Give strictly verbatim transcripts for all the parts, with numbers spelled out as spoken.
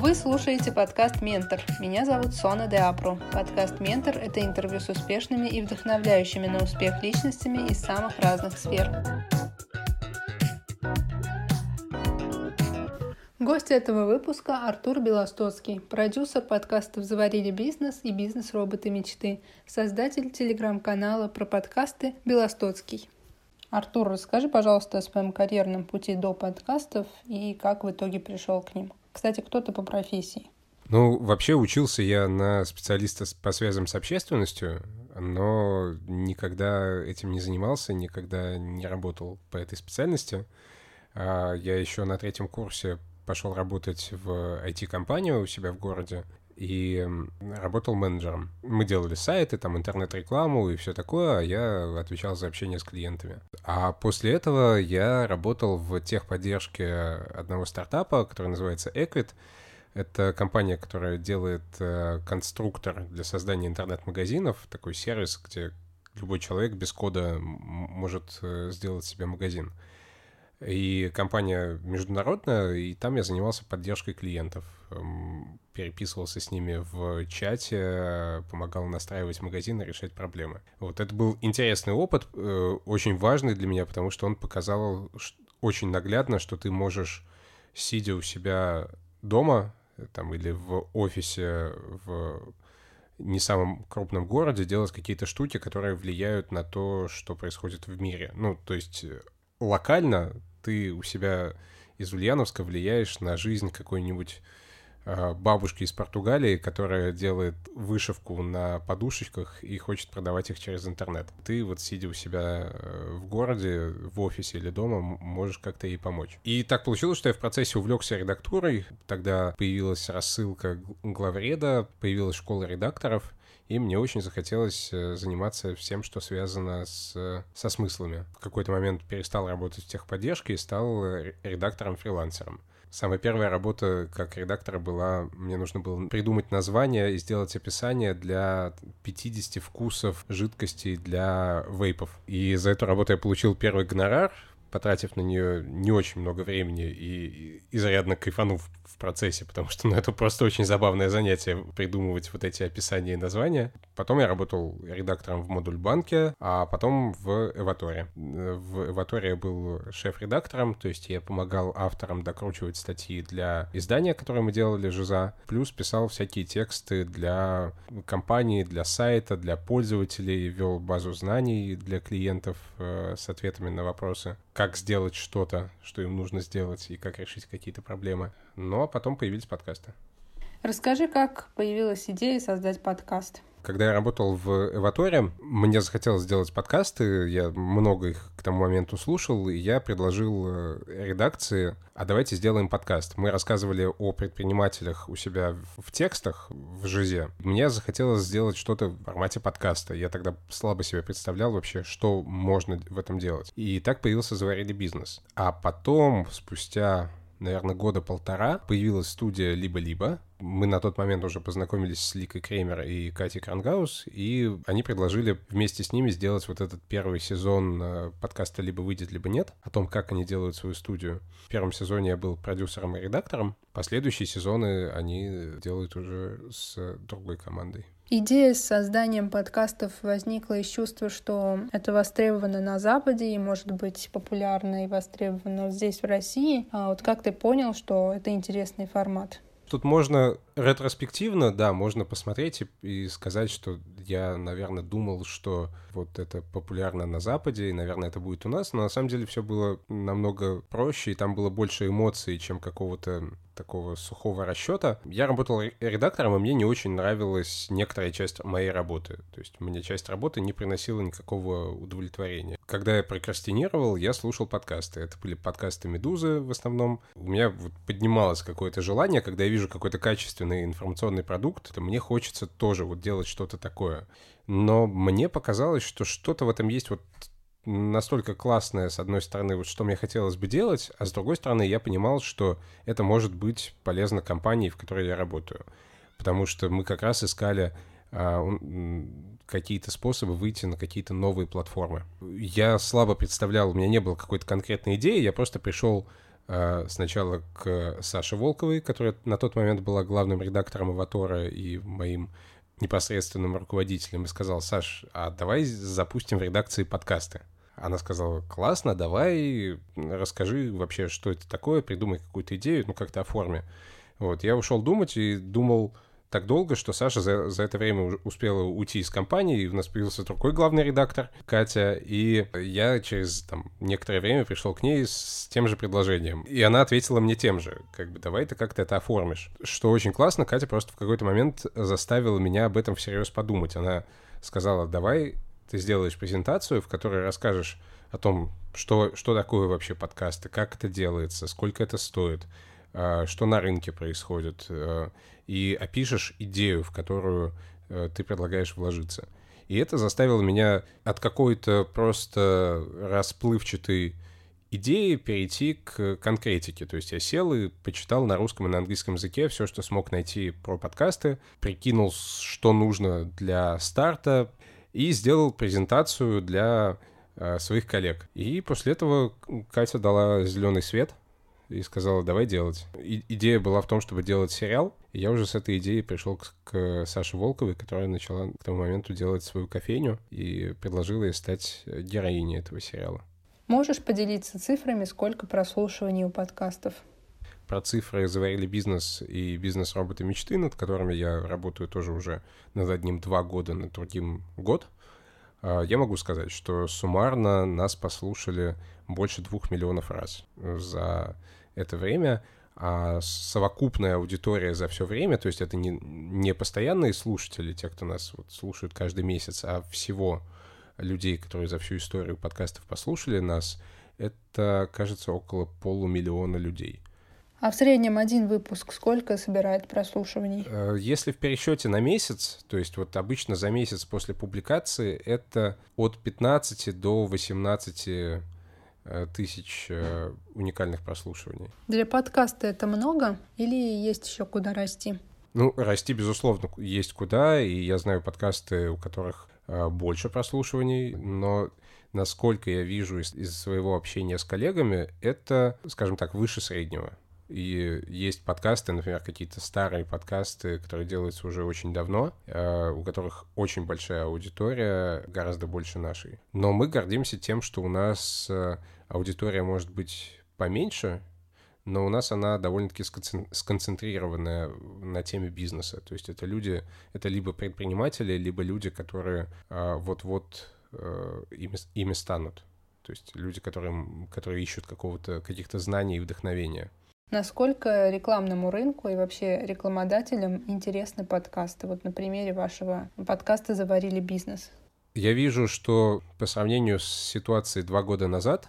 Вы слушаете подкаст «Ментор». Меня зовут Сона де Апро. Подкаст «Ментор» — это интервью с успешными и вдохновляющими на успех личностями из самых разных сфер. Гость этого выпуска — Артур Белостоцкий, продюсер подкастов «Заварили бизнес» и «Бизнес-роботы мечты», создатель телеграм-канала про подкасты «Белостоцкий». Артур, расскажи, пожалуйста, о своем карьерном пути до подкастов и как в итоге пришел к ним. Кстати, кто ты по профессии? Ну, вообще учился я на специалиста по связям с общественностью, но никогда этим не занимался, никогда не работал по этой специальности. Я еще на третьем курсе пошел работать в ай ти-компанию у себя в городе и работал менеджером. Мы делали сайты, там интернет-рекламу и все такое, а я отвечал за общение с клиентами. А после этого я работал в техподдержке одного стартапа, который называется Equid. Это компания, которая делает конструктор для создания интернет-магазинов, такой сервис, где любой человек без кода может сделать себе магазин. И компания международная, и там я занимался поддержкой клиентов. Переписывался с ними в чате, помогал настраивать магазины, решать проблемы. Вот это был интересный опыт, очень важный для меня, потому что он показал очень наглядно, что ты можешь, сидя у себя дома там, или в офисе в не самом крупном городе, делать какие-то штуки, которые влияют на то, что происходит в мире. Ну, то есть локально ты у себя из Ульяновска влияешь на жизнь какой-нибудь э, бабушки из Португалии, которая делает вышивку на подушечках и хочет продавать их через интернет. Ты вот, сидя у себя в городе, в офисе или дома, можешь как-то ей помочь. И так получилось, что я в процессе увлекся редактурой. Тогда появилась рассылка главреда, появилась школа редакторов, и мне очень захотелось заниматься всем, что связано с, со смыслами. В какой-то момент перестал работать в техподдержке и стал редактором-фрилансером. Самая первая работа как редактора была, мне нужно было придумать название и сделать описание для пятидесяти вкусов жидкостей для вейпов. И за эту работу я получил первый гонорар, потратив на нее не очень много времени и изрядно кайфанув в процессе, потому что ну, это просто очень забавное занятие придумывать вот эти описания и названия. Потом я работал редактором в Модульбанке, а потом в Эваторе. В Эваторе я был шеф-редактором, то есть я помогал авторам докручивать статьи для издания, которое мы делали, Жиза, плюс писал всякие тексты для компании, для сайта, для пользователей, вел базу знаний для клиентов э, с ответами на вопросы, как сделать что-то, что им нужно сделать, и как решить какие-то проблемы. Ну, а потом появились подкасты. Расскажи, как появилась идея создать подкаст? Когда я работал в Эваторе, мне захотелось сделать подкасты, я много их к тому моменту слушал, и я предложил редакции, а давайте сделаем подкаст. Мы рассказывали о предпринимателях у себя в текстах, в Жизе. Мне захотелось сделать что-то в формате подкаста. Я тогда слабо себе представлял вообще, что можно в этом делать. И так появился «Заварили бизнес». А потом, спустя, наверное, года полтора, появилась студия «Либо-либо». Мы на тот момент уже познакомились с Ликой Кремер и Катей Крангаус, и они предложили вместе с ними сделать вот этот первый сезон подкаста «Либо выйдет, либо нет», о том, как они делают свою студию. В первом сезоне я был продюсером и редактором, последующие сезоны они делают уже с другой командой. Идея с созданием подкастов возникла из чувства, что это востребовано на Западе и может быть популярно и востребовано здесь, в России. А вот как ты понял, что это интересный формат? Тут можно ретроспективно, да, можно посмотреть и, и сказать, что я, наверное, думал, что вот это популярно на Западе, и, наверное, это будет у нас, но на самом деле все было намного проще, и там было больше эмоций, чем какого-то такого сухого расчета. Я работал редактором, и мне не очень нравилась некоторая часть моей работы. То есть мне часть работы не приносила никакого удовлетворения. Когда я прокрастинировал, я слушал подкасты. Это были подкасты «Медузы» в основном. У меня вот поднималось какое-то желание, когда я вижу какой-то качественный информационный продукт, то мне хочется тоже вот делать что-то такое. Но мне показалось, что что-то в этом есть вот настолько классное, с одной стороны, вот что мне хотелось бы делать, а с другой стороны, я понимал, что это может быть полезно компании, в которой я работаю. Потому что мы как раз искали а, какие-то способы выйти на какие-то новые платформы. Я слабо представлял, у меня не было какой-то конкретной идеи, я просто пришел э, сначала к Саше Волковой, которая на тот момент была главным редактором «Аватора» и моим непосредственным руководителем, и сказал: «Саш, а давай запустим в редакции подкасты». Она сказала: «Классно, давай, расскажи вообще, что это такое, придумай какую-то идею, ну как-то оформи». Вот, я ушел думать и думал так долго, что Саша за, за это время уже успела уйти из компании, и у нас появился другой главный редактор, Катя, и я через там некоторое время пришел к ней с тем же предложением. И она ответила мне тем же, как бы, давай ты как-то это оформишь. Что очень классно, Катя просто в какой-то момент заставила меня об этом всерьез подумать. Она сказала: давай ты сделаешь презентацию, в которой расскажешь о том, что, что такое вообще подкасты, как это делается, сколько это стоит, что на рынке происходит, и опишешь идею, в которую ты предлагаешь вложиться. И это заставило меня от какой-то просто расплывчатой идеи перейти к конкретике. То есть я сел и почитал на русском и на английском языке все, что смог найти про подкасты, прикинул, что нужно для старта, и сделал презентацию для своих коллег. И после этого Катя дала зеленый свет и сказала: давай делать. И, идея была в том, чтобы делать сериал. И я уже с этой идеей пришел к, к Саше Волковой, которая начала к тому моменту делать свою кофейню, и предложила ей стать героиней этого сериала. Можешь поделиться цифрами, сколько прослушиваний у подкастов? Про цифры «Заварили бизнес» и «Бизнес-роботы мечты», над которыми я работаю тоже уже над одним два года, над другим год, я могу сказать, что суммарно нас послушали больше двух миллионов раз за это время, а совокупная аудитория за все время, то есть это не, не постоянные слушатели, те, кто нас вот слушают каждый месяц, а всего людей, которые за всю историю подкастов послушали нас, это, кажется, около полумиллиона людей. А в среднем один выпуск сколько собирает прослушиваний? Если в пересчете на месяц, то есть вот обычно за месяц после публикации, это от пятнадцати до восемнадцати тысяч уникальных прослушиваний. Для подкаста это много или есть еще куда расти? Ну, расти, безусловно, есть куда, и я знаю подкасты, у которых больше прослушиваний, но насколько я вижу из, из своего общения с коллегами, это, скажем так, выше среднего. И есть подкасты, например, какие-то старые подкасты, которые делаются уже очень давно, у которых очень большая аудитория, гораздо больше нашей. Но мы гордимся тем, что у нас аудитория может быть поменьше, но у нас она довольно-таки сконцентрированная на теме бизнеса. То есть это люди, это либо предприниматели, либо люди, которые вот-вот ими, ими станут. То есть люди, которые, которые ищут какого-то, каких-то знаний и вдохновения. Насколько рекламному рынку и вообще рекламодателям интересны подкасты? Вот на примере вашего подкаста «Заварили бизнес». Я вижу, что по сравнению с ситуацией два года назад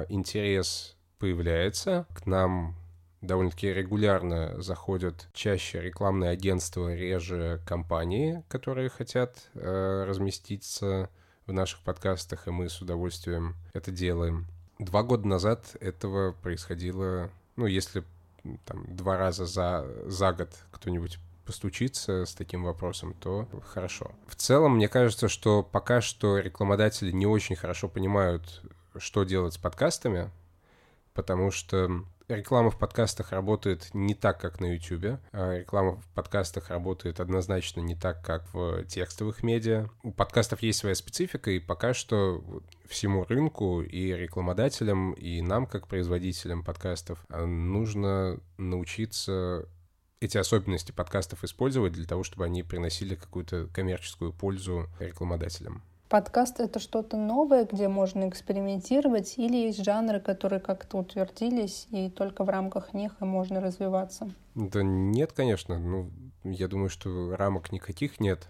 интерес появляется. К нам довольно-таки регулярно заходят чаще рекламные агентства, реже компании, которые хотят разместиться в наших подкастах, и мы с удовольствием это делаем. Два года назад этого происходило... Ну, если там два раза за, за год кто-нибудь постучится с таким вопросом, то хорошо. В целом, мне кажется, что пока что рекламодатели не очень хорошо понимают, что делать с подкастами, потому что реклама в подкастах работает не так, как на YouTube. А реклама в подкастах работает однозначно не так, как в текстовых медиа. У подкастов есть своя специфика, и пока что всему рынку, и рекламодателям, и нам, как производителям подкастов, нужно научиться эти особенности подкастов использовать для того, чтобы они приносили какую-то коммерческую пользу рекламодателям. Подкаст — это что-то новое, где можно экспериментировать, или есть жанры, которые как-то утвердились, и только в рамках них и можно развиваться? Да нет, конечно. Ну, я думаю, что рамок никаких нет,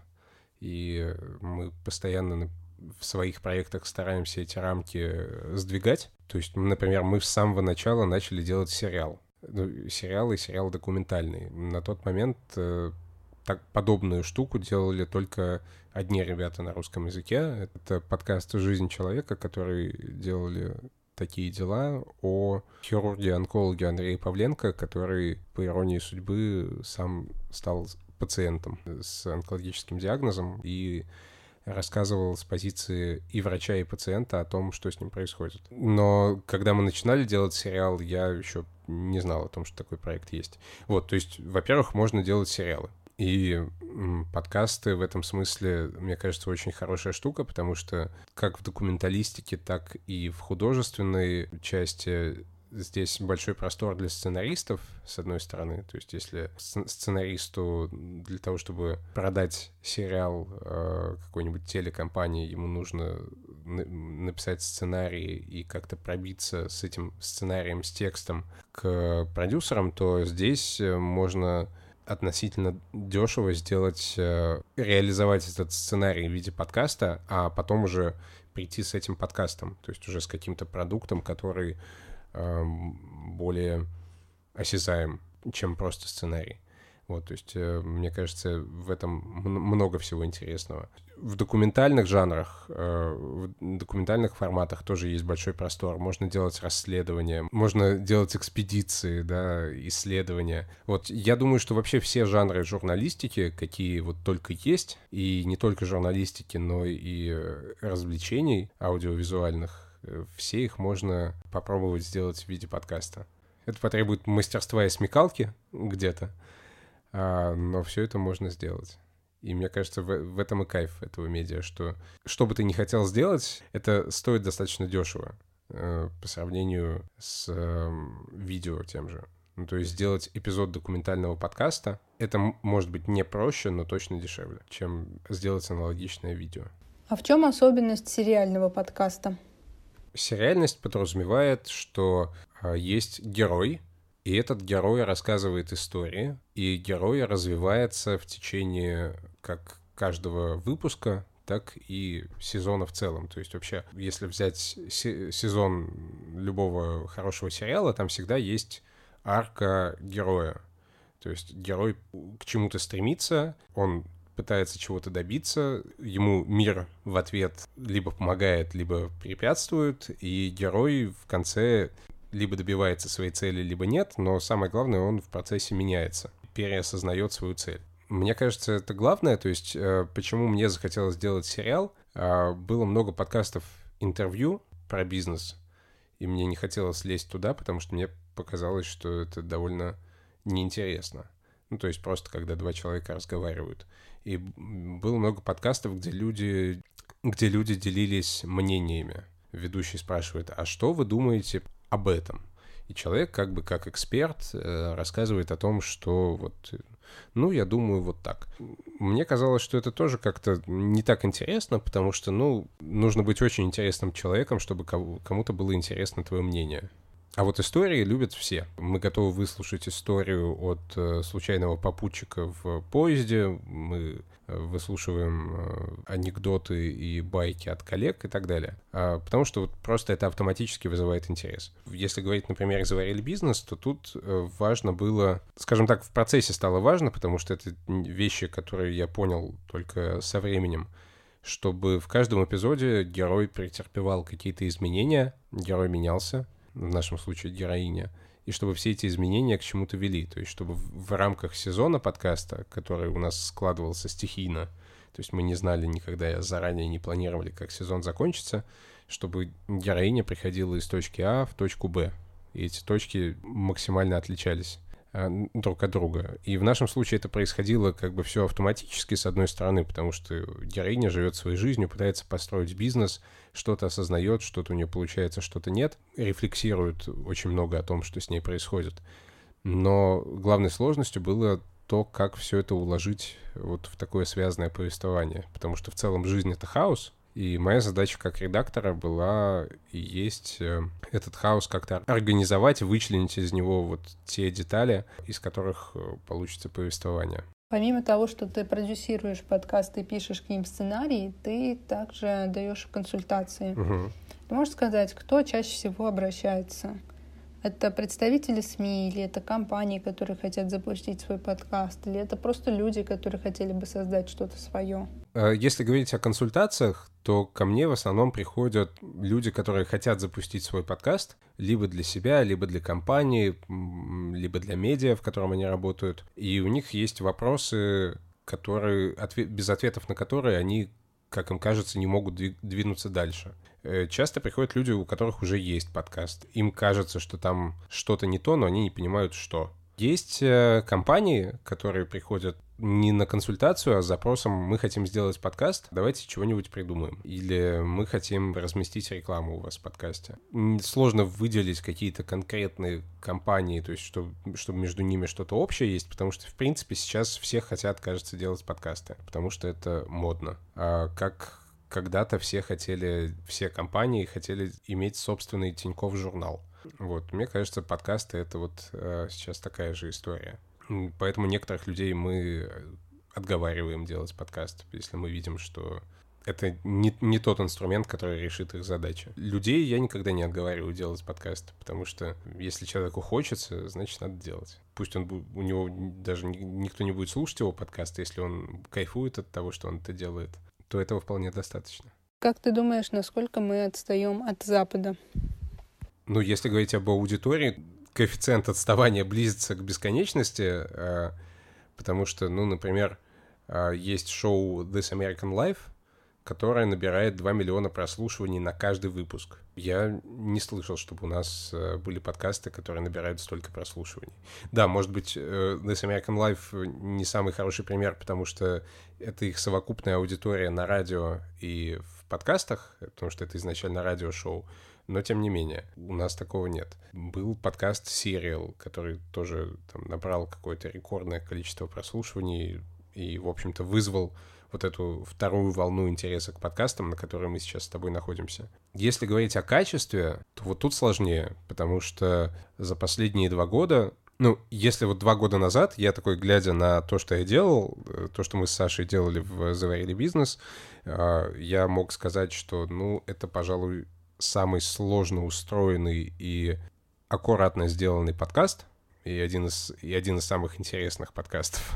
и мы постоянно в своих проектах стараемся эти рамки сдвигать. То есть, например, мы с самого начала начали делать сериал. Ну, сериал и сериал документальный. На тот момент э, так, подобную штуку делали только одни ребята на русском языке. Это подкаст «Жизнь человека», которые делали такие дела о хирурге-онкологе Андрее Павленко, который, по иронии судьбы, сам стал пациентом с онкологическим диагнозом и рассказывал с позиции и врача, и пациента о том, что с ним происходит. Но когда мы начинали делать сериал, я еще не знал о том, что такой проект есть. Вот, то есть, во-первых, можно делать сериалы. И м, подкасты в этом смысле, мне кажется, очень хорошая штука, потому что как в документалистике, так и в художественной части здесь большой простор для сценаристов, с одной стороны. То есть если сценаристу для того, чтобы продать сериал э, какой-нибудь телекомпании, ему нужно написать сценарий и как-то пробиться с этим сценарием, с текстом к продюсерам, то здесь можно относительно дешево сделать, реализовать этот сценарий в виде подкаста, а потом уже прийти с этим подкастом, то есть уже с каким-то продуктом, который более осязаем, чем просто сценарий. Вот, то есть, мне кажется, в этом много всего интересного. В документальных жанрах, в документальных форматах тоже есть большой простор. Можно делать расследования, можно делать экспедиции, да, исследования. Вот, я думаю, что вообще все жанры журналистики, какие вот только есть, и не только журналистики, но и развлечений аудиовизуальных, все их можно попробовать сделать в виде подкаста. Это потребует мастерства и смекалки где-то, а, но все это можно сделать. И мне кажется, в, в этом и кайф этого медиа, что что бы ты ни хотел сделать, это стоит достаточно дешево э, по сравнению с э, видео тем же. Ну, то есть сделать эпизод документального подкаста, это может быть не проще, но точно дешевле, чем сделать аналогичное видео. А в чем особенность сериального подкаста? Сериальность подразумевает, что э, есть герой, и этот герой рассказывает истории, и герой развивается в течение как каждого выпуска, так и сезона в целом. То есть вообще, если взять се- сезон любого хорошего сериала, там всегда есть арка героя. То есть герой к чему-то стремится, он пытается чего-то добиться, ему мир в ответ либо помогает, либо препятствует, и герой в конце либо добивается своей цели, либо нет, но самое главное, он в процессе меняется, переосознает свою цель. Мне кажется, это главное, то есть почему мне захотелось сделать сериал, было много подкастов, интервью про бизнес, и мне не хотелось лезть туда, потому что мне показалось, что это довольно неинтересно. Ну, то есть просто когда два человека разговаривают. И было много подкастов, где люди, где люди делились мнениями. Ведущий спрашивает, а что вы думаете об этом? И человек как бы как эксперт э, рассказывает о том, что вот, ну, я думаю, вот так. Мне казалось, что это тоже как-то не так интересно, потому что, ну, нужно быть очень интересным человеком, чтобы кому-то было интересно твое мнение. А вот истории любят все. Мы готовы выслушать историю от э, случайного попутчика в поезде, мы выслушиваем э, анекдоты и байки от коллег и так далее. А, потому что вот просто это автоматически вызывает интерес. Если говорить, например, «Заварили бизнес», то тут э, важно было, скажем так, в процессе стало важно, потому что это вещи, которые я понял только со временем, чтобы в каждом эпизоде герой претерпевал какие-то изменения, герой менялся, в нашем случае героиня, и чтобы все эти изменения к чему-то вели. То есть чтобы в, в рамках сезона подкаста, который у нас складывался стихийно, то есть мы не знали никогда, заранее не планировали, как сезон закончится, чтобы героиня приходила из точки А в точку Б. И эти точки максимально отличались а, друг от друга. И в нашем случае это происходило как бы все автоматически, с одной стороны, потому что героиня живет своей жизнью, пытается построить бизнес, что-то осознает, что-то у нее получается, что-то нет, рефлексирует очень много о том, что с ней происходит. Но главной сложностью было то, как все это уложить вот в такое связанное повествование, потому что в целом жизнь — это хаос, и моя задача как редактора была и есть этот хаос как-то организовать, вычленить из него вот те детали, из которых получится повествование. Помимо того, что ты продюсируешь подкасты и пишешь к ним сценарий, ты также даешь консультации. Угу. Ты можешь сказать, кто чаще всего обращается? Это представители СМИ, или это компании, которые хотят запустить свой подкаст, или это просто люди, которые хотели бы создать что-то свое? Если говорить о консультациях, то ко мне в основном приходят люди, которые хотят запустить свой подкаст либо для себя, либо для компании, либо для медиа, в котором они работают. И у них есть вопросы, которые, ответ, без ответов на которые они как им кажется, не могут двинуться дальше. Часто приходят люди, у которых уже есть подкаст. Им кажется, что там что-то не то, но они не понимают, что. Есть компании, которые приходят не на консультацию, а с запросом «мы хотим сделать подкаст, давайте чего-нибудь придумаем». Или «мы хотим разместить рекламу у вас в подкасте». Сложно выделить какие-то конкретные компании, то есть чтобы, чтобы между ними что-то общее есть, потому что, в принципе, сейчас все хотят, кажется, делать подкасты, потому что это модно. А как когда-то все хотели, все компании хотели иметь собственный Тинькофф журнал. Вот, мне кажется, подкасты — это вот э, сейчас такая же история. Поэтому некоторых людей мы отговариваем делать подкаст, если мы видим, что это не, не тот инструмент, который решит их задачи. Людей я никогда не отговариваю делать подкаст, потому что если человеку хочется, значит, надо делать. Пусть он, у него даже никто не будет слушать его подкаст, если он кайфует от того, что он это делает, то этого вполне достаточно. Как ты думаешь, насколько мы отстаем от Запада? Ну, если говорить об аудитории, коэффициент отставания близится к бесконечности, потому что, ну, например, есть шоу This American Life, которое набирает два миллиона прослушиваний на каждый выпуск. Я не слышал, чтобы у нас были подкасты, которые набирают столько прослушиваний. Да, может быть, This American Life не самый хороший пример, потому что это их совокупная аудитория на радио и в подкастах, потому что это изначально радиошоу, но тем не менее, у нас такого нет. Был подкаст Serial, который тоже там набрал какое-то рекордное количество прослушиваний и, в общем-то, вызвал вот эту вторую волну интереса к подкастам, на которой мы сейчас с тобой находимся. Если говорить о качестве, то вот тут сложнее, потому что за последние два года, ну, если вот два года назад я такой, глядя на то, что я делал, то, что мы с Сашей делали в «Заварили бизнес», я мог сказать, что, ну, это, пожалуй, самый сложно устроенный и аккуратно сделанный подкаст, и один из, и один из самых интересных подкастов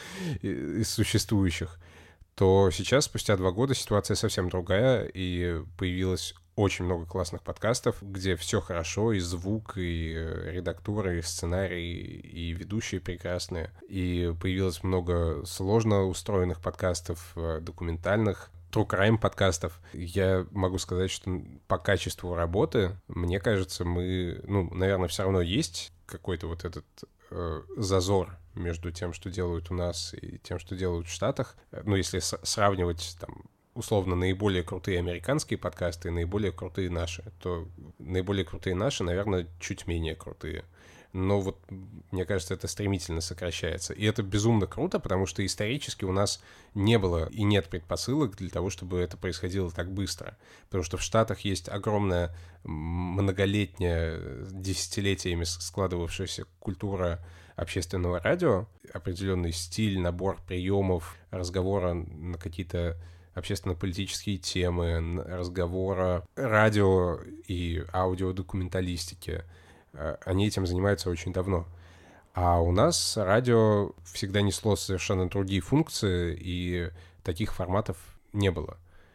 из существующих, то сейчас, спустя два года, ситуация совсем другая, и появилось очень много классных подкастов, где все хорошо, и звук, и редактура, и сценарий, и ведущие прекрасные. И появилось много сложно устроенных подкастов, документальных, True Crime подкастов. Я могу сказать, что по качеству работы, мне кажется, мы, ну, наверное, все равно есть какой-то вот этот э, зазор между тем, что делают у нас, и тем, что делают в Штатах. Ну, если с- сравнивать, там, условно, наиболее крутые американские подкасты и наиболее крутые наши, то наиболее крутые наши, наверное, чуть менее крутые. Но вот, мне кажется, это стремительно сокращается. И это безумно круто, потому что исторически у нас не было и нет предпосылок для того, чтобы это происходило так быстро. Потому что в Штатах есть огромная многолетняя, десятилетиями складывавшаяся культура общественного радио, определенный стиль, набор приемов, разговора на какие-то общественно-политические темы, разговора радио и аудиодокументалистики. Они этим занимаются очень давно. А у нас радио всегда несло совершенно другие функции, и таких форматов не было.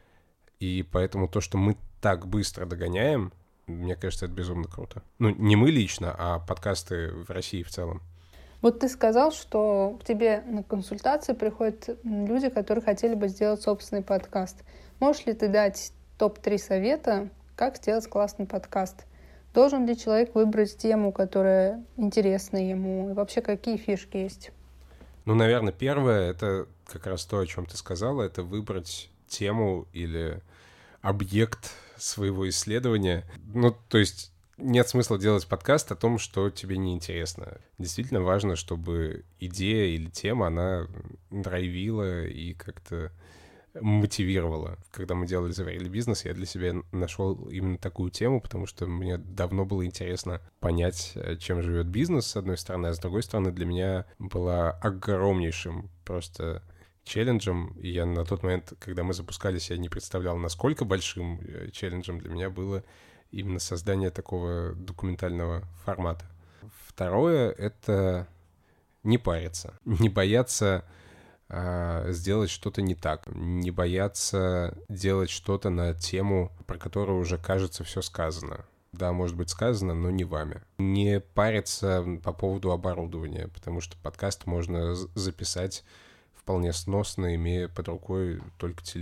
И поэтому то, что мы так быстро догоняем, мне кажется, это безумно круто. Ну, не мы лично, а подкасты в России в целом. Вот ты сказал, что к тебе на консультации приходят люди, которые хотели бы сделать собственный подкаст. Можешь ли ты дать топ три совета, как сделать классный подкаст? Должен ли человек выбрать тему, которая интересна ему? И вообще, какие фишки есть? Ну, наверное, первое — это как раз то, о чем ты сказала, это выбрать тему или объект своего исследования. Ну, то есть нет смысла делать подкаст о том, что тебе неинтересно. Действительно важно, чтобы идея или тема, она драйвила и как-то мотивировала. Когда мы делали «Заварили бизнес», я для себя нашел именно такую тему, потому что мне давно было интересно понять, чем живет бизнес, с одной стороны, а с другой стороны, для меня была огромнейшим просто челленджем, и я на тот момент, когда мы запускались, я не представлял, насколько большим челленджем для меня было именно создание такого документального формата. Второе — это не париться, не бояться сделать что-то не так, не бояться делать что-то на тему, про которую уже, кажется, все сказано. Да, может быть сказано, но не вами. Не париться по поводу оборудования, потому что подкаст можно записать вполне сносно, имея под рукой только телефон.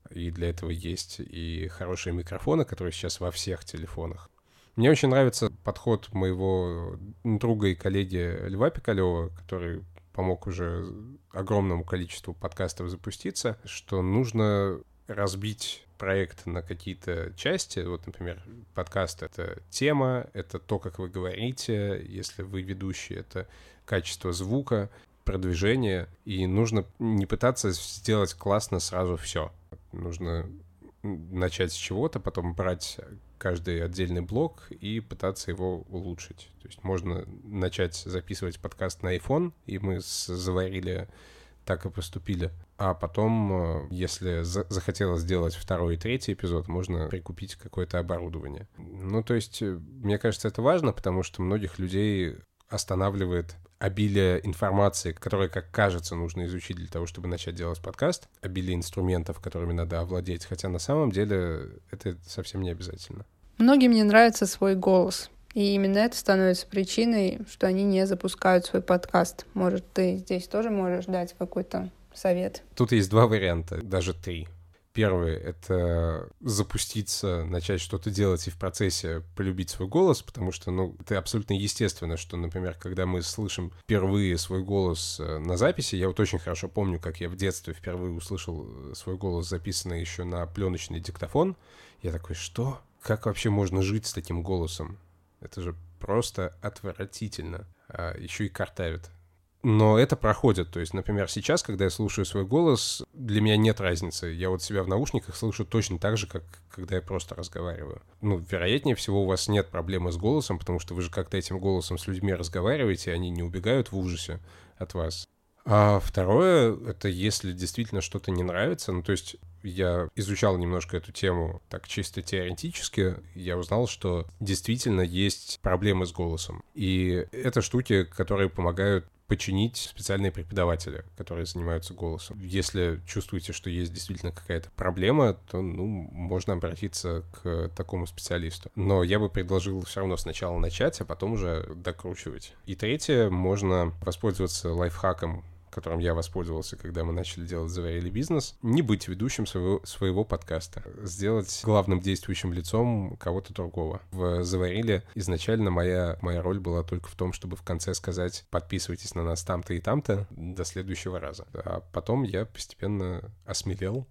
И для этого есть и хорошие микрофоны, которые сейчас во всех телефонах. Мне очень нравится подход моего друга и коллеги Льва Пикалева, который помог уже огромному количеству подкастов запуститься, что нужно разбить проект на какие-то части. Вот, например, подкаст — это тема, это то, как вы говорите, если вы ведущий, это качество звука, продвижение, и нужно не пытаться сделать классно сразу все. Нужно начать с чего-то, потом брать каждый отдельный блок и пытаться его улучшить. То есть можно начать записывать подкаст на iPhone, и мы с Заварили так и поступили. А потом, если за- захотелось сделать второй и третий эпизод, можно прикупить какое-то оборудование. Ну, то есть, мне кажется, это важно, потому что многих людей останавливает обилие информации, которое, как кажется, нужно изучить для того, чтобы начать делать подкаст, обилие инструментов, которыми надо овладеть, хотя на самом деле это совсем не обязательно. Многим не нравится свой голос, и именно это становится причиной, что они не запускают свой подкаст. Может, ты здесь тоже можешь дать какой-то совет? Тут есть два варианта, даже три. Первый — это запуститься, начать что-то делать и в процессе полюбить свой голос, потому что, ну, это абсолютно естественно, что, например, когда мы слышим впервые свой голос на записи, я вот очень хорошо помню, как я в детстве впервые услышал свой голос, записанный еще на пленочный диктофон. Я такой: что? Как вообще можно жить с таким голосом? Это же просто отвратительно. А еще и картавит. Но это проходит. То есть, например, сейчас, когда я слушаю свой голос, для меня нет разницы. Я вот себя в наушниках слышу точно так же, как когда я просто разговариваю. Ну, вероятнее всего, у вас нет проблемы с голосом, потому что вы же как-то этим голосом с людьми разговариваете, и они не убегают в ужасе от вас. А второе — это если действительно что-то не нравится. Ну, то есть я изучал немножко эту тему так чисто теоретически. Я узнал, что действительно есть проблемы с голосом. И это штуки, которые помогают починить специальные преподаватели, которые занимаются голосом. Если чувствуете, что есть действительно какая-то проблема, то, ну, можно обратиться к такому специалисту. Но я бы предложил все равно сначала начать, а потом уже докручивать. И третье, можно воспользоваться лайфхаком, которым я воспользовался, когда мы начали делать «Заварили бизнес», не быть ведущим своего, своего подкаста, сделать главным действующим лицом кого-то другого. В «Заварили» изначально моя, моя роль была только в том, чтобы в конце сказать: подписывайтесь на нас там-то и там-то, до следующего раза. А потом я постепенно осмелел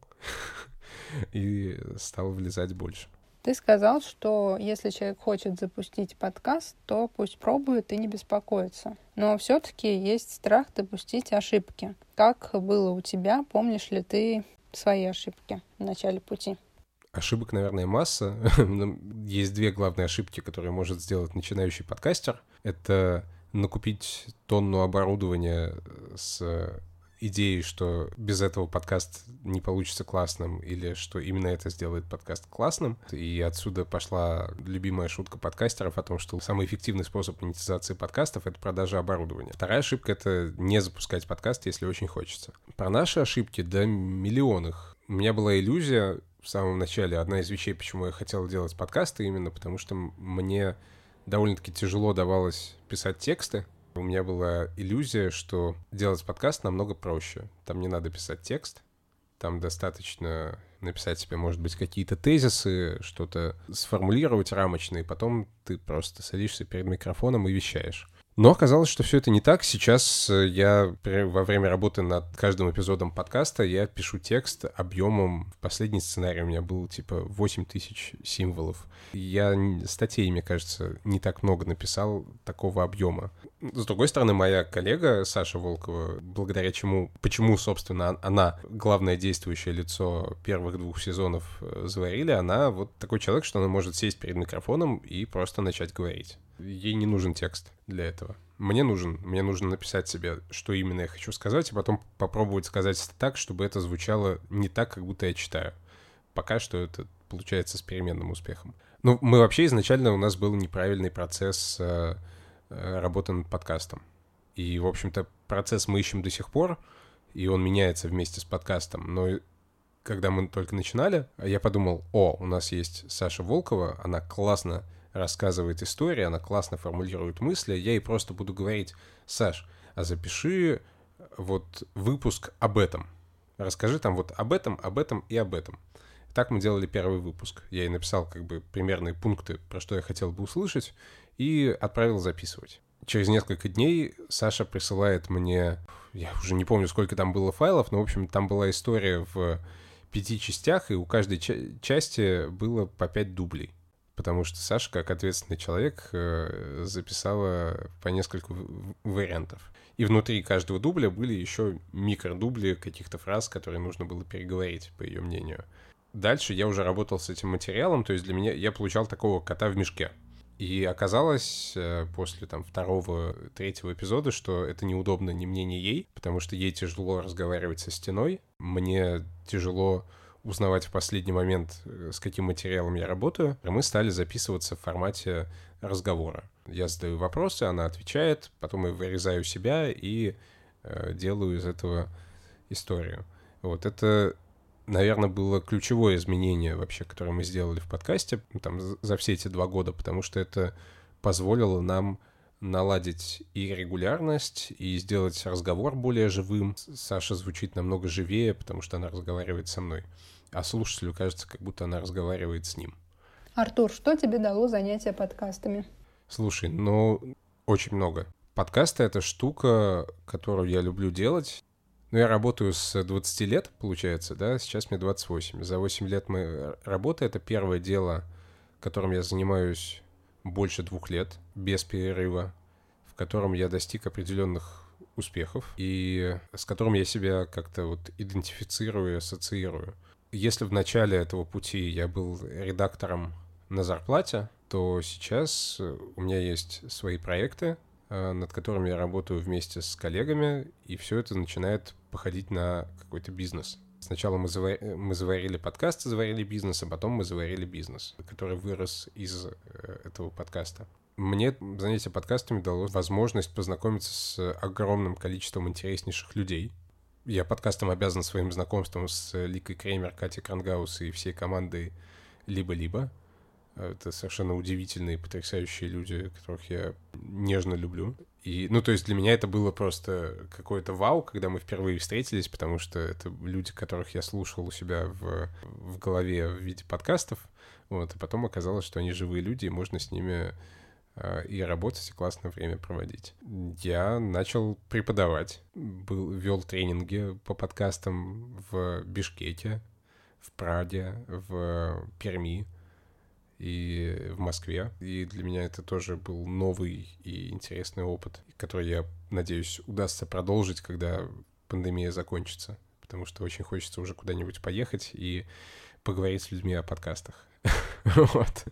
и стал влезать больше. Ты сказал, что если человек хочет запустить подкаст, то пусть пробует и не беспокоится. Но все-таки есть страх допустить ошибки. Как было у тебя? Помнишь ли ты свои ошибки в начале пути? Ошибок, наверное, масса. Есть две главные ошибки, которые может сделать начинающий подкастер. Это накупить тонну оборудования с идеей, что без этого подкаст не получится классным, или что именно это сделает подкаст классным. И отсюда пошла любимая шутка подкастеров о том, что самый эффективный способ монетизации подкастов — это продажа оборудования. Вторая ошибка — это не запускать подкаст, если очень хочется. Про наши ошибки, да, миллион их. У меня была иллюзия в самом начале, одна из вещей, почему я хотел делать подкасты, именно потому что мне довольно-таки тяжело давалось писать тексты. У меня была иллюзия, что делать подкаст намного проще. Там не надо писать текст, там достаточно написать себе, может быть, какие-то тезисы, что-то сформулировать рамочно, и потом ты просто садишься перед микрофоном и вещаешь. Но оказалось, что все это не так. Сейчас я во время работы над каждым эпизодом подкаста я пишу текст объемом. Последний сценарий у меня был типа восемь тысяч символов. Я статей, мне кажется, не так много написал такого объема. С другой стороны, моя коллега Саша Волкова, благодаря чему, почему, собственно, она главное действующее лицо первых двух сезонов «Заварили», она вот такой человек, что она может сесть перед микрофоном и просто начать говорить. Ей не нужен текст для этого. Мне нужен. Мне нужно написать себе, что именно я хочу сказать, и потом попробовать сказать это так, чтобы это звучало не так, как будто я читаю. Пока что это получается с переменным успехом. Ну, мы вообще изначально, у нас был неправильный процесс э, э, работы над подкастом. И, в общем-то, процесс мы ищем до сих пор, и он меняется вместе с подкастом. Но когда мы только начинали, я подумал: о, у нас есть Саша Волкова, она классно рассказывает истории, она классно формулирует мысли, я ей просто буду говорить: Саш, а запиши вот выпуск об этом. расскажи там вот об этом, об этом и об этом. Так мы делали первый выпуск. Я ей написал как бы примерные пункты, про что я хотел бы услышать, и отправил записывать. Через несколько дней Саша присылает мне, я уже не помню, сколько там было файлов, но, в общем, там была история в пяти частях, и у каждой ча- части было по пять дублей. Потому что Саша, как ответственный человек, записала по несколько вариантов. И внутри каждого дубля были еще микродубли каких-то фраз, которые нужно было переговорить, по ее мнению. Дальше я уже работал с этим материалом, то есть для меня я получал такого кота в мешке. И оказалось после там второго, третьего эпизода, что это неудобно ни мне, ни ей, потому что ей тяжело разговаривать со стеной, мне тяжело узнавать в последний момент, с каким материалом я работаю. Мы стали записываться в формате разговора. Я задаю вопросы, она отвечает, потом я вырезаю себя и э, делаю из этого историю. Вот это, наверное, было ключевое изменение вообще, которое мы сделали в подкасте там, за все эти два года, потому что это позволило нам наладить и регулярность, и сделать разговор более живым. Саша звучит намного живее, потому что она разговаривает со мной. А слушателю кажется, как будто она разговаривает с ним. Артур, что тебе дало занятие подкастами? Слушай, ну, очень много. Подкасты — это штука, которую я люблю делать. Ну, я работаю с двадцати лет, получается, да, сейчас мне двадцать восемь. За восемь лет моей работы это первое дело, которым я занимаюсь больше двух лет, без перерыва, в котором я достиг определенных успехов и с которым я себя как-то вот идентифицирую и ассоциирую. Если в начале этого пути я был редактором на зарплате, то сейчас у меня есть свои проекты, над которыми я работаю вместе с коллегами, и все это начинает походить на какой-то бизнес. Сначала мы, завар... мы заварили подкаст, заварили бизнес, а потом мы заварили бизнес, который вырос из этого подкаста. Мне занятие подкастами дало возможность познакомиться с огромным количеством интереснейших людей. Я подкастом обязан своим знакомством с Ликой Креймер, Катей Крангаус и всей командой «Либо-либо». Это совершенно удивительные, потрясающие люди, которых я нежно люблю. И, ну, то есть для меня это было просто какое-то вау, когда мы впервые встретились, потому что это люди, которых я слушал у себя в, в голове в виде подкастов. Вот, и потом оказалось, что они живые люди, и можно с ними и работать, и классное время проводить. Я начал преподавать, был, вел тренинги по подкастам в Бишкеке, в Праге, в Перми и в Москве. И для меня это тоже был новый и интересный опыт, который, я надеюсь, удастся продолжить, когда пандемия закончится, потому что очень хочется уже куда-нибудь поехать и поговорить с людьми о подкастах. Вот.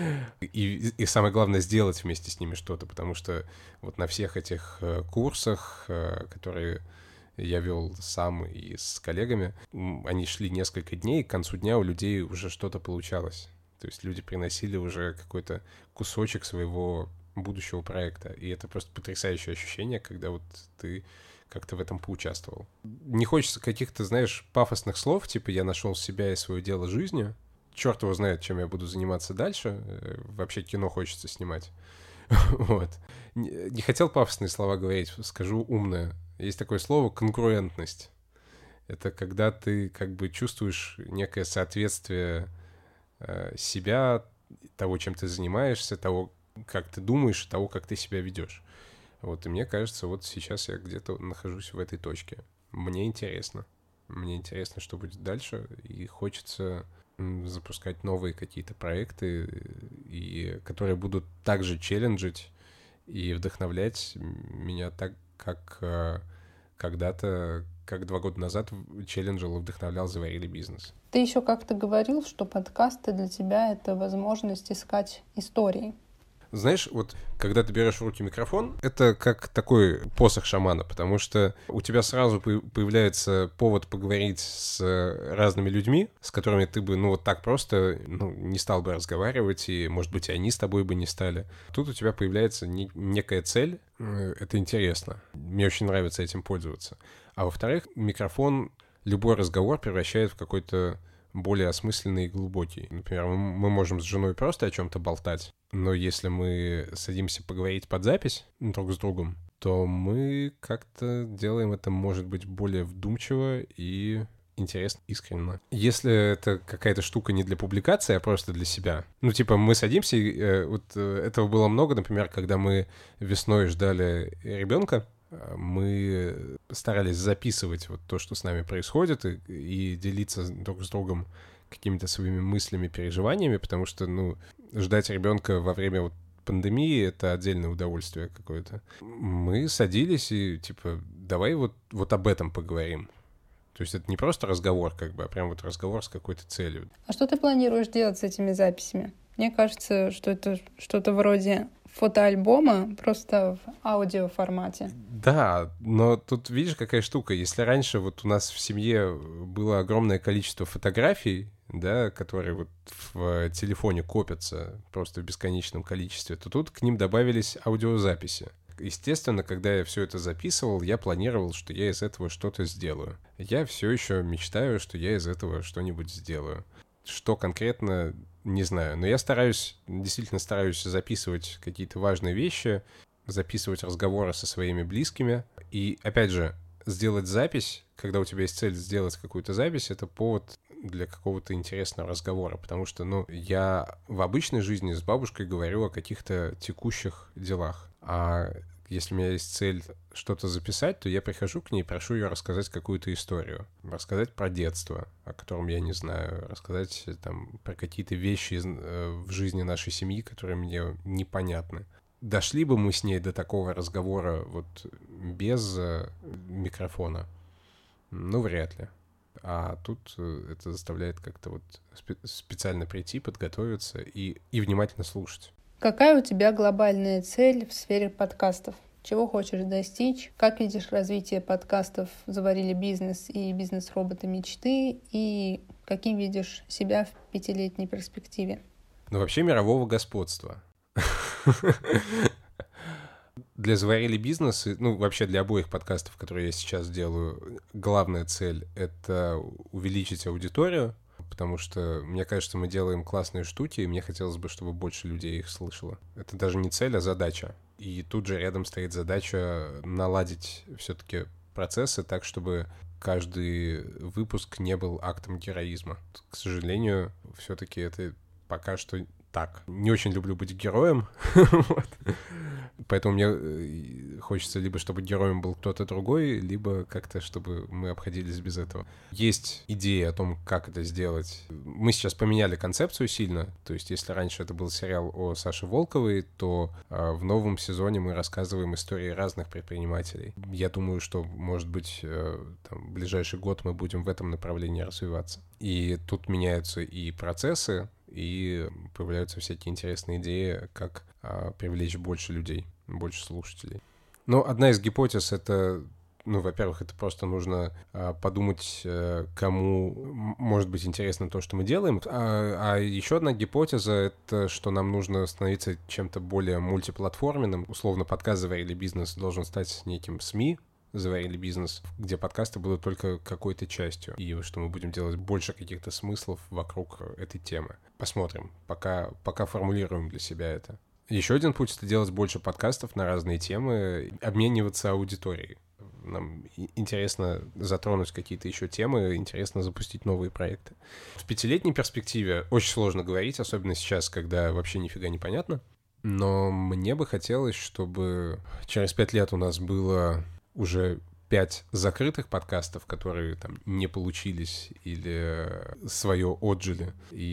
И, и самое главное, сделать вместе с ними что-то, потому что вот на всех этих э, курсах, э, которые я вел сам и с коллегами, они шли несколько дней, и к концу дня у людей уже что-то получалось. То есть люди приносили уже какой-то кусочек своего будущего проекта. И это просто потрясающее ощущение, когда вот ты как-то в этом поучаствовал. Не хочется каких-то, знаешь, пафосных слов, типа «я нашел себя и свое дело жизни». Черт его знает, чем я буду заниматься дальше. Вообще кино хочется снимать. Вот. Не, не хотел пафосные слова говорить, скажу умное. Есть такое слово «конкурентность». Это когда ты как бы чувствуешь некое соответствие э, себя, того, чем ты занимаешься, того, как ты думаешь, того, как ты себя ведешь. Вот, и мне кажется, вот сейчас я где-то нахожусь в этой точке. Мне интересно. Мне интересно, что будет дальше, и хочется запускать новые какие-то проекты, и, которые будут также челленджить и вдохновлять меня так, как э, когда-то, как два года назад челленджил и вдохновлял «Заварили бизнес». Ты еще как-то говорил, что подкасты для тебя — это возможность искать истории. Знаешь, вот когда ты берешь в руки микрофон, это как такой посох шамана, потому что у тебя сразу появляется повод поговорить с разными людьми, с которыми ты бы, ну, вот так просто, ну, не стал бы разговаривать, и, может быть, и они с тобой бы не стали. Тут у тебя появляется не- некая цель, это интересно. Мне очень нравится этим пользоваться. А во-вторых, микрофон любой разговор превращает в какой-то более осмысленный и глубокий. Например, мы можем с женой просто о чем-то болтать, но если мы садимся поговорить под запись друг с другом, то мы как-то делаем это, может быть, более вдумчиво и интересно, искренне. Если это какая-то штука не для публикации, а просто для себя. Ну, типа, мы садимся, и, э, вот э, этого было много, например, когда мы весной ждали ребенка, мы старались записывать вот то, что с нами происходит, и, и делиться друг с другом какими-то своими мыслями, переживаниями, потому что, ну, ждать ребенка во время вот пандемии — это отдельное удовольствие какое-то. Мы садились и, типа, давай вот, вот об этом поговорим. То есть это не просто разговор, как бы, а прям вот разговор с какой-то целью. А что ты планируешь делать с этими записями? Мне кажется, что это что-то вроде фотоальбома, просто в аудиоформате. Да, но тут видишь, какая штука. Если раньше вот у нас в семье было огромное количество фотографий, да, которые вот в телефоне копятся просто в бесконечном количестве, то тут к ним добавились аудиозаписи. Естественно, когда я все это записывал, я планировал, что я из этого что-то сделаю. Я все еще мечтаю, что я из этого что-нибудь сделаю. Что конкретно, не знаю. Но я стараюсь, действительно стараюсь записывать какие-то важные вещи, записывать разговоры со своими близкими. И, опять же, сделать запись, когда у тебя есть цель сделать какую-то запись, это повод для какого-то интересного разговора. Потому что, ну, я в обычной жизни с бабушкой говорю о каких-то текущих делах. А если у меня есть цель что-то записать, то я прихожу к ней и прошу ее рассказать какую-то историю. Рассказать про детство, о котором я не знаю. Рассказать там про какие-то вещи в жизни нашей семьи, которые мне непонятны. Дошли бы мы с ней до такого разговора вот без микрофона? Ну, вряд ли. А тут это заставляет как-то вот специально прийти, подготовиться и, и внимательно слушать. Какая у тебя глобальная цель в сфере подкастов? Чего хочешь достичь? Как видишь развитие подкастов «Заварили бизнес» и «Бизнес-роботы мечты»? И каким видишь себя в пятилетней перспективе? Ну, вообще мирового господства. Для «Заварили бизнес», ну, вообще для обоих подкастов, которые я сейчас делаю, главная цель — это увеличить аудиторию, потому что, мне кажется, мы делаем классные штуки, и мне хотелось бы, чтобы больше людей их слышало. Это даже не цель, а задача. И тут же рядом стоит задача наладить все-таки процессы так, чтобы каждый выпуск не был актом героизма. К сожалению, все-таки это пока что так. Не очень люблю быть героем, вот. Поэтому мне хочется либо, чтобы героем был кто-то другой, либо как-то, чтобы мы обходились без этого. Есть идеи о том, как это сделать. Мы сейчас поменяли концепцию сильно. То есть, если раньше это был сериал о Саше Волковой, то а, в новом сезоне мы рассказываем истории разных предпринимателей. Я думаю, что, может быть, там, в ближайший год мы будем в этом направлении развиваться. И тут меняются и процессы, и появляются всякие интересные идеи, как а, привлечь больше людей, больше слушателей. Но одна из гипотез — это, ну, во-первых, это просто нужно а, подумать, а, кому может быть интересно то, что мы делаем. А, а еще одна гипотеза — это что нам нужно становиться чем-то более мультиплатформенным. Условно, подкаст «Заварили бизнес» должен стать неким СМИ, «Заварили бизнес», где подкасты будут только какой-то частью, и что мы будем делать больше каких-то смыслов вокруг этой темы. Посмотрим, пока, пока формулируем для себя это. Еще один путь — это делать больше подкастов на разные темы, обмениваться аудиторией. Нам интересно затронуть какие-то еще темы, интересно запустить новые проекты. В пятилетней перспективе очень сложно говорить, особенно сейчас, когда вообще нифига не понятно. Но мне бы хотелось, чтобы через пять лет у нас было уже пять закрытых подкастов, которые там не получились или свое отжили,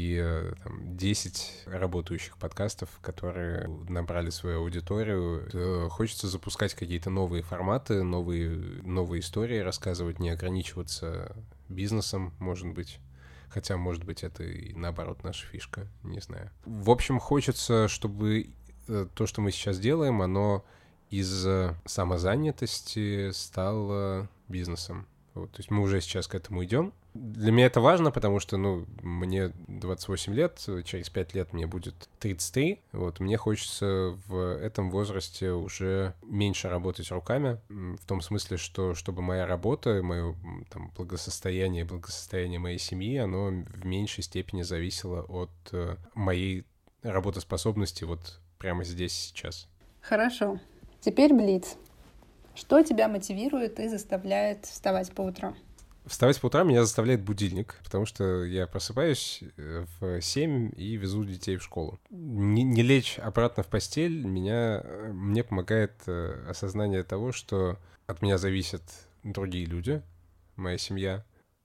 и там, десять работающих подкастов, которые набрали свою аудиторию. Хочется запускать какие-то новые форматы, новые, новые истории, рассказывать, не ограничиваться бизнесом, может быть. Хотя, может быть, это и наоборот наша фишка, не знаю. В общем, хочется, чтобы то, что мы сейчас делаем, оно из самозанятости стало бизнесом. Вот, то есть мы уже сейчас к этому идем. Для меня это важно, потому что, ну, мне двадцать восемь лет, через пять лет мне будет тридцать три. Вот, мне хочется в этом возрасте уже меньше работать руками, в том смысле, что чтобы моя работа, мое там, благосостояние, благосостояние моей семьи, оно в меньшей степени зависело от моей работоспособности вот прямо здесь, сейчас. Хорошо. Теперь блиц. Что тебя мотивирует и заставляет вставать по утрам? Вставать по утрам меня заставляет будильник, потому что я просыпаюсь в семь и везу детей в школу. Не, не лечь обратно в постель меня, мне помогает осознание того, что от меня зависят другие люди, моя семья.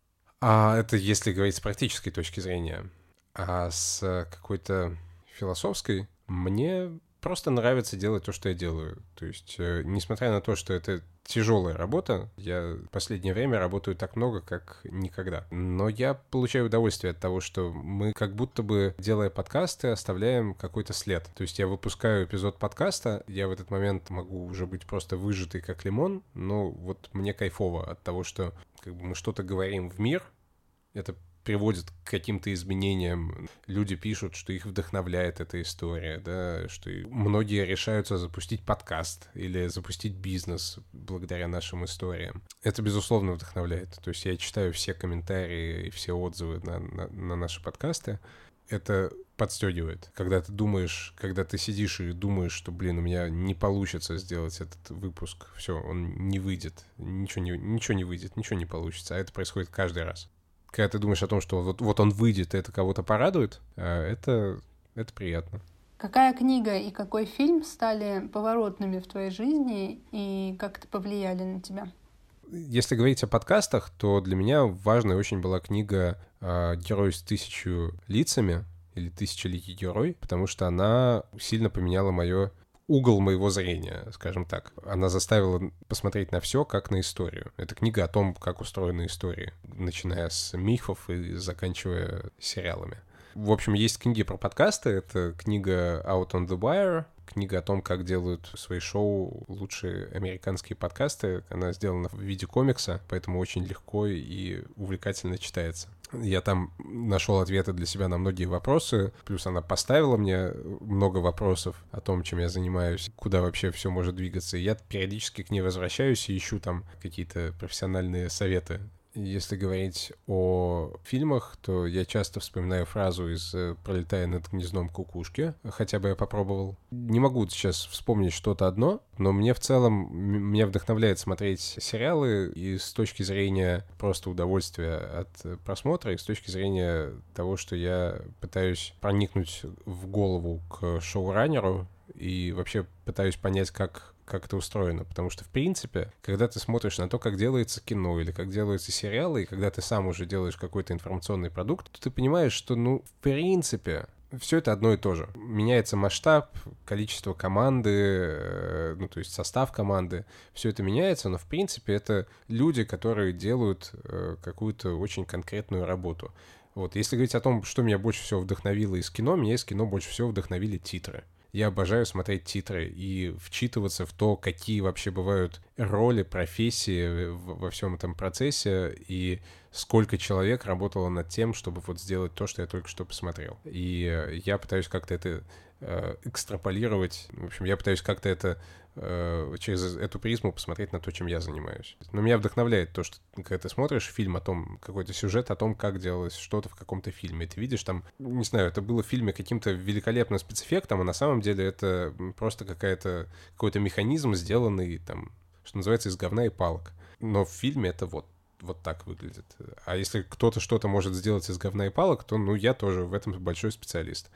А это если говорить с практической точки зрения. А с какой-то философской мне просто нравится делать то, что я делаю. То есть, несмотря на то, что это тяжелая работа, я в последнее время работаю так много, как никогда. Но я получаю удовольствие от того, что мы как будто бы, делая подкасты, оставляем какой-то след. То есть я выпускаю эпизод подкаста, я в этот момент могу уже быть просто выжатый как лимон, но вот мне кайфово от того, что как бы мы что-то говорим в мир, это приводит к каким-то изменениям. Люди пишут, что их вдохновляет эта история, да, что многие решаются запустить подкаст или запустить бизнес благодаря нашим историям. Это, безусловно, вдохновляет. То есть я читаю все комментарии и все отзывы на, на, на наши подкасты. Это подстегивает. Когда ты думаешь, когда ты сидишь и думаешь, что, блин, у меня не получится сделать этот выпуск, все, он не выйдет, ничего не, ничего не выйдет, ничего не получится, а это происходит каждый раз. Когда ты думаешь о том, что вот, вот он выйдет, и это кого-то порадует, это, это приятно. Какая книга и какой фильм стали поворотными в твоей жизни и как это повлияли на тебя? Если говорить о подкастах, то для меня важной очень была книга «Герой с тысячью лицами» или «Тысячеликий герой», потому что она сильно поменяла мое угол моего зрения, скажем так. Она заставила посмотреть на все как на историю. Это книга о том, как устроены истории, начиная с мифов и заканчивая сериалами. В общем, есть книги про подкасты. Это книга Out on the Wire, книга о том, как делают свои шоу лучшие американские подкасты. Она сделана в виде комикса, поэтому очень легко и увлекательно читается. Я там нашел ответы для себя на многие вопросы, плюс она поставила мне много вопросов о том, чем я занимаюсь, куда вообще все может двигаться. И я периодически к ней возвращаюсь и ищу там какие-то профессиональные советы. Если говорить о фильмах, то я часто вспоминаю фразу из «Пролетая над гнездом кукушки», хотя бы я попробовал. Не могу сейчас вспомнить что-то одно, но мне в целом, меня вдохновляет смотреть сериалы и с точки зрения просто удовольствия от просмотра, и с точки зрения того, что я пытаюсь проникнуть в голову к шоураннеру и вообще пытаюсь понять, как... как это устроено, потому что, в принципе, когда ты смотришь на то, как делается кино или как делаются сериалы, и когда ты сам уже делаешь какой-то информационный продукт, то ты понимаешь, что, ну, в принципе, все это одно и то же. Меняется масштаб, количество команды, ну, то есть состав команды, все это меняется, но, в принципе, это люди, которые делают какую-то очень конкретную работу. Вот, если говорить о том, что меня больше всего вдохновило из кино, меня из кино больше всего вдохновили титры. Я обожаю смотреть титры и вчитываться в то, какие вообще бывают роли, профессии во всем этом процессе, и сколько человек работало над тем, чтобы вот сделать то, что я только что посмотрел. И я пытаюсь как-то это э, экстраполировать. В общем, я пытаюсь как-то это э, через эту призму посмотреть на то, чем я занимаюсь. Но меня вдохновляет то, что когда ты смотришь фильм о том, какой-то сюжет о том, как делалось что-то в каком-то фильме, и ты видишь там, не знаю, это было в фильме каким-то великолепным спецэффектом, а на самом деле это просто какая-то, какой-то механизм, сделанный там, что называется, из говна и палок. Но в фильме это вот вот так выглядит. А если кто-то что-то может сделать из говна и палок, то, ну, я тоже в этом большой специалист.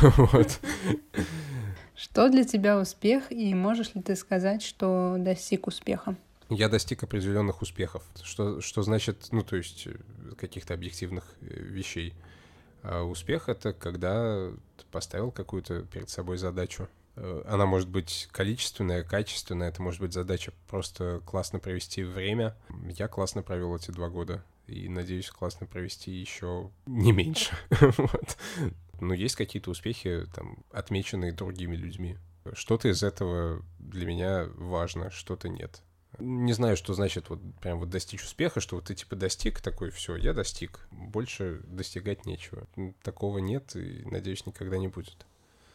Что для тебя успех, и можешь ли ты сказать, что достиг успеха? Я достиг определенных успехов. Что, что значит, ну, то есть каких-то объективных вещей. А успех — это когда ты поставил какую-то перед собой задачу. Она может быть количественная, качественная, это может быть задача просто классно провести время. Я классно провел эти два года и надеюсь классно провести еще не меньше. Вот. Но есть какие-то успехи, там, отмеченные другими людьми. Что-то из этого для меня важно, что-то нет. Не знаю, что значит вот прям вот достичь успеха, что вот ты типа достиг, такой, все, я достиг. Больше достигать нечего. Такого нет и, надеюсь, никогда не будет.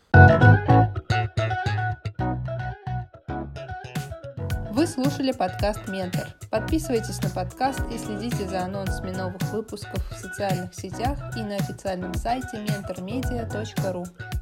Вы слушали подкаст «Ментор». Подписывайтесь на подкаст и следите за анонсами новых выпусков в социальных сетях и на официальном сайте ментор медиа точка ру.